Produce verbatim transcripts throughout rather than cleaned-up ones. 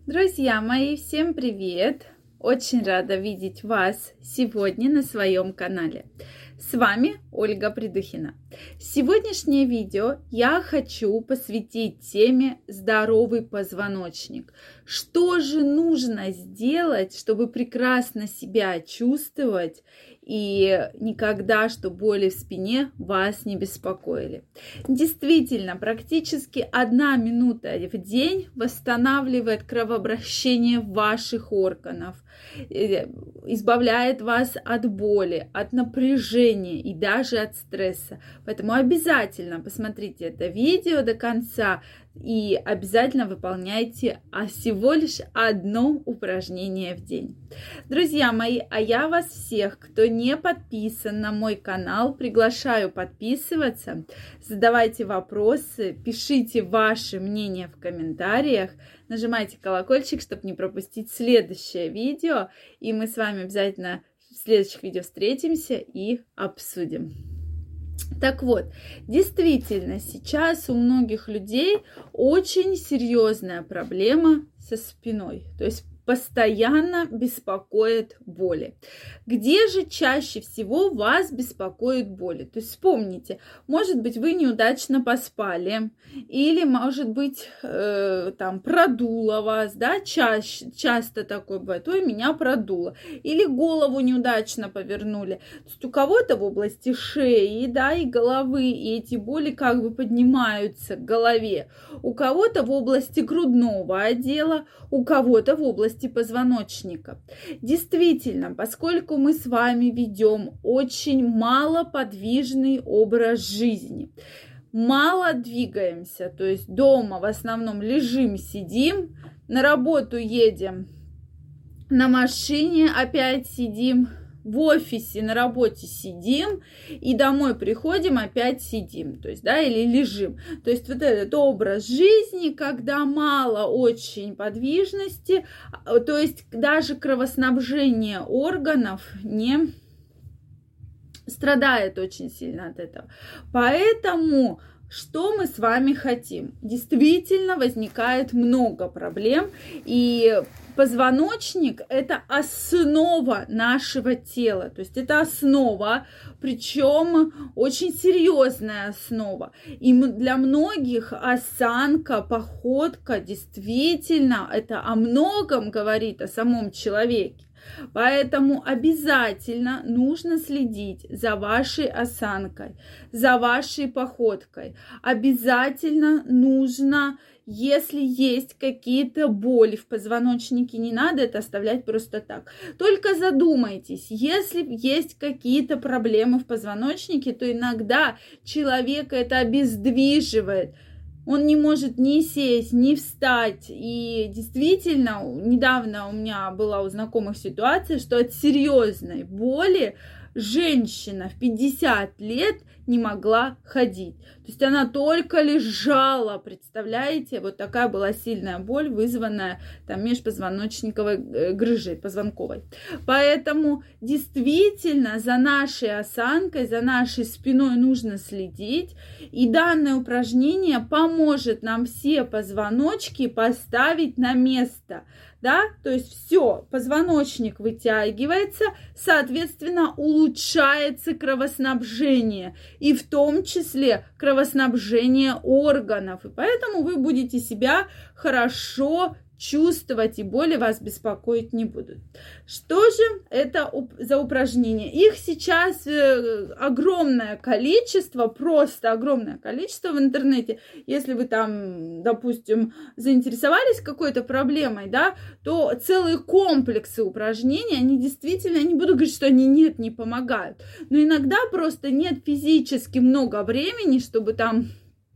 Друзья мои, всем привет! Очень рада видеть вас сегодня на своем канале. С вами Ольга Придухина. Сегодняшнее видео я хочу посвятить теме «Здоровый позвоночник». Что же нужно сделать, чтобы прекрасно себя чувствовать и никогда, чтобы боли в спине вас не беспокоили? Действительно, практически одна минута в день восстанавливает кровообращение ваших органов, избавляет вас от боли, от напряжения и даже от стресса. Поэтому обязательно посмотрите это видео до конца и обязательно выполняйте всего лишь одно упражнение в день. Друзья мои, а я вас всех, кто не подписан на мой канал, приглашаю подписываться, задавайте вопросы, пишите ваше мнение в комментариях, нажимайте колокольчик, чтобы не пропустить следующее видео, и мы с вами обязательно в следующих видео встретимся и обсудим. Так вот, действительно, сейчас у многих людей очень серьезная проблема со спиной, то есть постоянно беспокоит боли. Где же чаще всего вас беспокоит боли? То есть вспомните, может быть, вы неудачно поспали, или, может быть, э, там продуло вас, да, чаще, часто такое бывает, ой, меня продуло, или голову неудачно повернули. То есть у кого-то в области шеи, да, и головы, и эти боли как бы поднимаются к голове, у кого-то в области грудного отдела, у кого-то в области позвоночника. Действительно, поскольку мы с вами ведем очень малоподвижный образ жизни, мало двигаемся, то есть дома в основном лежим, сидим, на работу едем, на машине опять сидим, в офисе, на работе сидим, и домой приходим, опять сидим, то есть, да, или лежим. То есть вот этот образ жизни, когда мало очень подвижности, то есть даже кровоснабжение органов не страдает очень сильно от этого. Поэтому что мы с вами хотим? Действительно возникает много проблем, и позвоночник – это основа нашего тела, то есть это основа, причем очень серьезная основа. И для многих осанка, походка действительно это о многом говорит о самом человеке. Поэтому обязательно нужно следить за вашей осанкой, за вашей походкой. Обязательно нужно, если есть какие-то боли в позвоночнике, не надо это оставлять просто так. Только задумайтесь, если есть какие-то проблемы в позвоночнике, то иногда человека это обездвиживает. Он не может ни сесть, ни встать. И действительно, недавно у меня была у знакомых ситуация, что от серьезной боли женщина в пятьдесят лет не могла ходить. То есть она только лежала, представляете? Вот такая была сильная боль, вызванная там межпозвоночниковой грыжей, позвонковой. Поэтому действительно за нашей осанкой, за нашей спиной нужно следить. И данное упражнение поможет нам все позвоночки поставить на место. Да, то есть все, позвоночник вытягивается, соответственно, улучшается кровоснабжение, и в том числе кровоснабжение органов. И поэтому вы будете себя хорошо чувствовать, и боли вас беспокоить не будут. Что же это за упражнения? Их сейчас огромное количество, просто огромное количество в интернете. Если вы там, допустим, заинтересовались какой-то проблемой, да, то целые комплексы упражнений, они действительно, я не буду говорить, что они нет, не помогают, но иногда просто нет физически много времени, чтобы там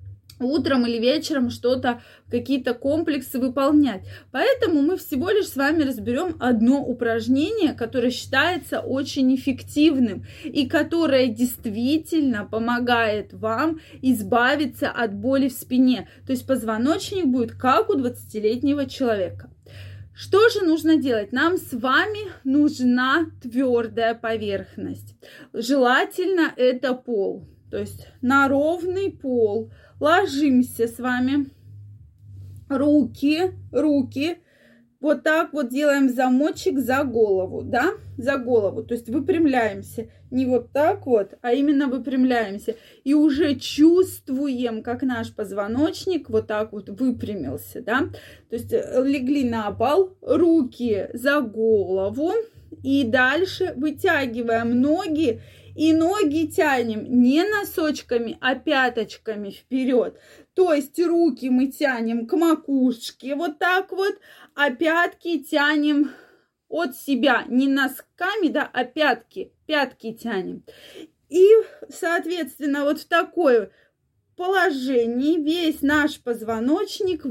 утром или вечером что-то, какие-то комплексы выполнять. Поэтому мы всего лишь с вами разберем одно упражнение, которое считается очень эффективным и которое действительно помогает вам избавиться от боли в спине. То есть позвоночник будет как у двадцатилетнего человека. Что же нужно делать? Нам с вами нужна твердая поверхность. Желательно это пол. То есть на ровный пол ложимся с вами, руки, руки Вот так вот делаем замочек за голову, да, за голову. То есть выпрямляемся. Не вот так вот, а именно выпрямляемся. И уже чувствуем, как наш позвоночник вот так вот выпрямился, да. То есть легли на пол, руки за голову. И дальше вытягиваем ноги. И ноги тянем не носочками, а пяточками вперед. То есть руки мы тянем к макушке вот так вот, а пятки тянем от себя. Не носками, да, а пятки. Пятки тянем. И, соответственно, вот в такое положении весь наш позвоночник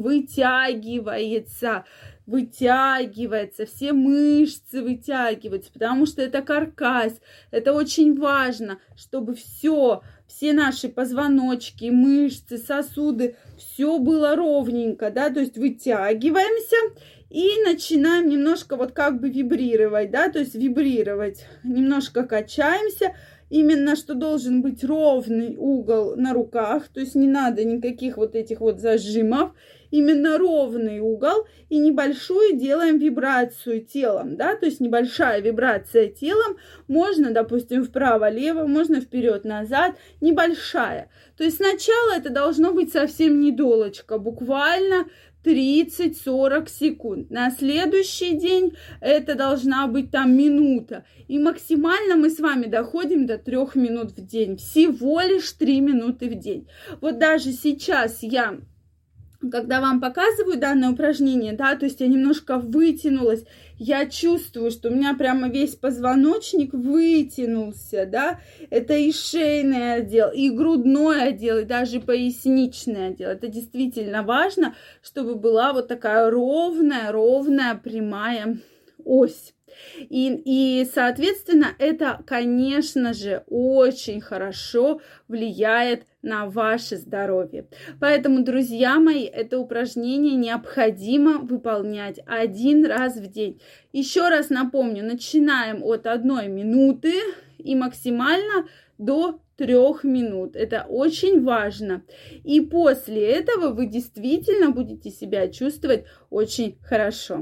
вытягивается. Вытягивается, все мышцы вытягиваются, потому что это каркас. Это очень важно, чтобы все, все наши позвоночки, мышцы, сосуды, все было ровненько, да, то есть вытягиваемся и начинаем немножко вот как бы вибрировать, да, то есть вибрировать, немножко качаемся. Именно что должен быть ровный угол на руках, то есть не надо никаких вот этих вот зажимов, именно ровный угол и небольшую делаем вибрацию телом, да, то есть небольшая вибрация телом, можно, допустим, вправо-лево, можно вперед-назад, небольшая. То есть сначала это должно быть совсем недолечко, буквально тридцать-сорок секунд. На следующий день это должна быть там минута. И максимально мы с вами доходим до трех минут в день. Всего лишь три минуты в день. Вот даже сейчас я, когда вам показываю данное упражнение, да, то есть я немножко вытянулась, я чувствую, что у меня прямо весь позвоночник вытянулся, да, это и шейный отдел, и грудной отдел, и даже поясничный отдел. Это действительно важно, чтобы была вот такая ровная, ровная, прямая ось. И, и, соответственно, это, конечно же, очень хорошо влияет на ваше здоровье. Поэтому, друзья мои, это упражнение необходимо выполнять один раз в день. Еще раз напомню, начинаем от одной минуты и максимально до трех минут. Это очень важно. И после этого вы действительно будете себя чувствовать очень хорошо.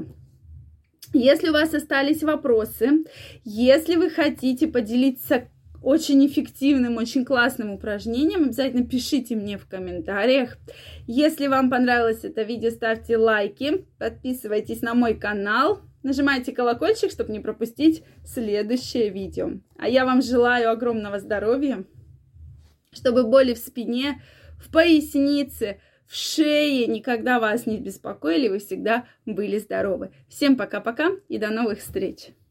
Если у вас остались вопросы, если вы хотите поделиться очень эффективным, очень классным упражнением, обязательно пишите мне в комментариях. Если вам понравилось это видео, ставьте лайки, подписывайтесь на мой канал, нажимайте колокольчик, чтобы не пропустить следующее видео. А я вам желаю огромного здоровья, чтобы боли в спине, в пояснице, в шее никогда вас не беспокоили, вы всегда были здоровы. Всем пока-пока и до новых встреч!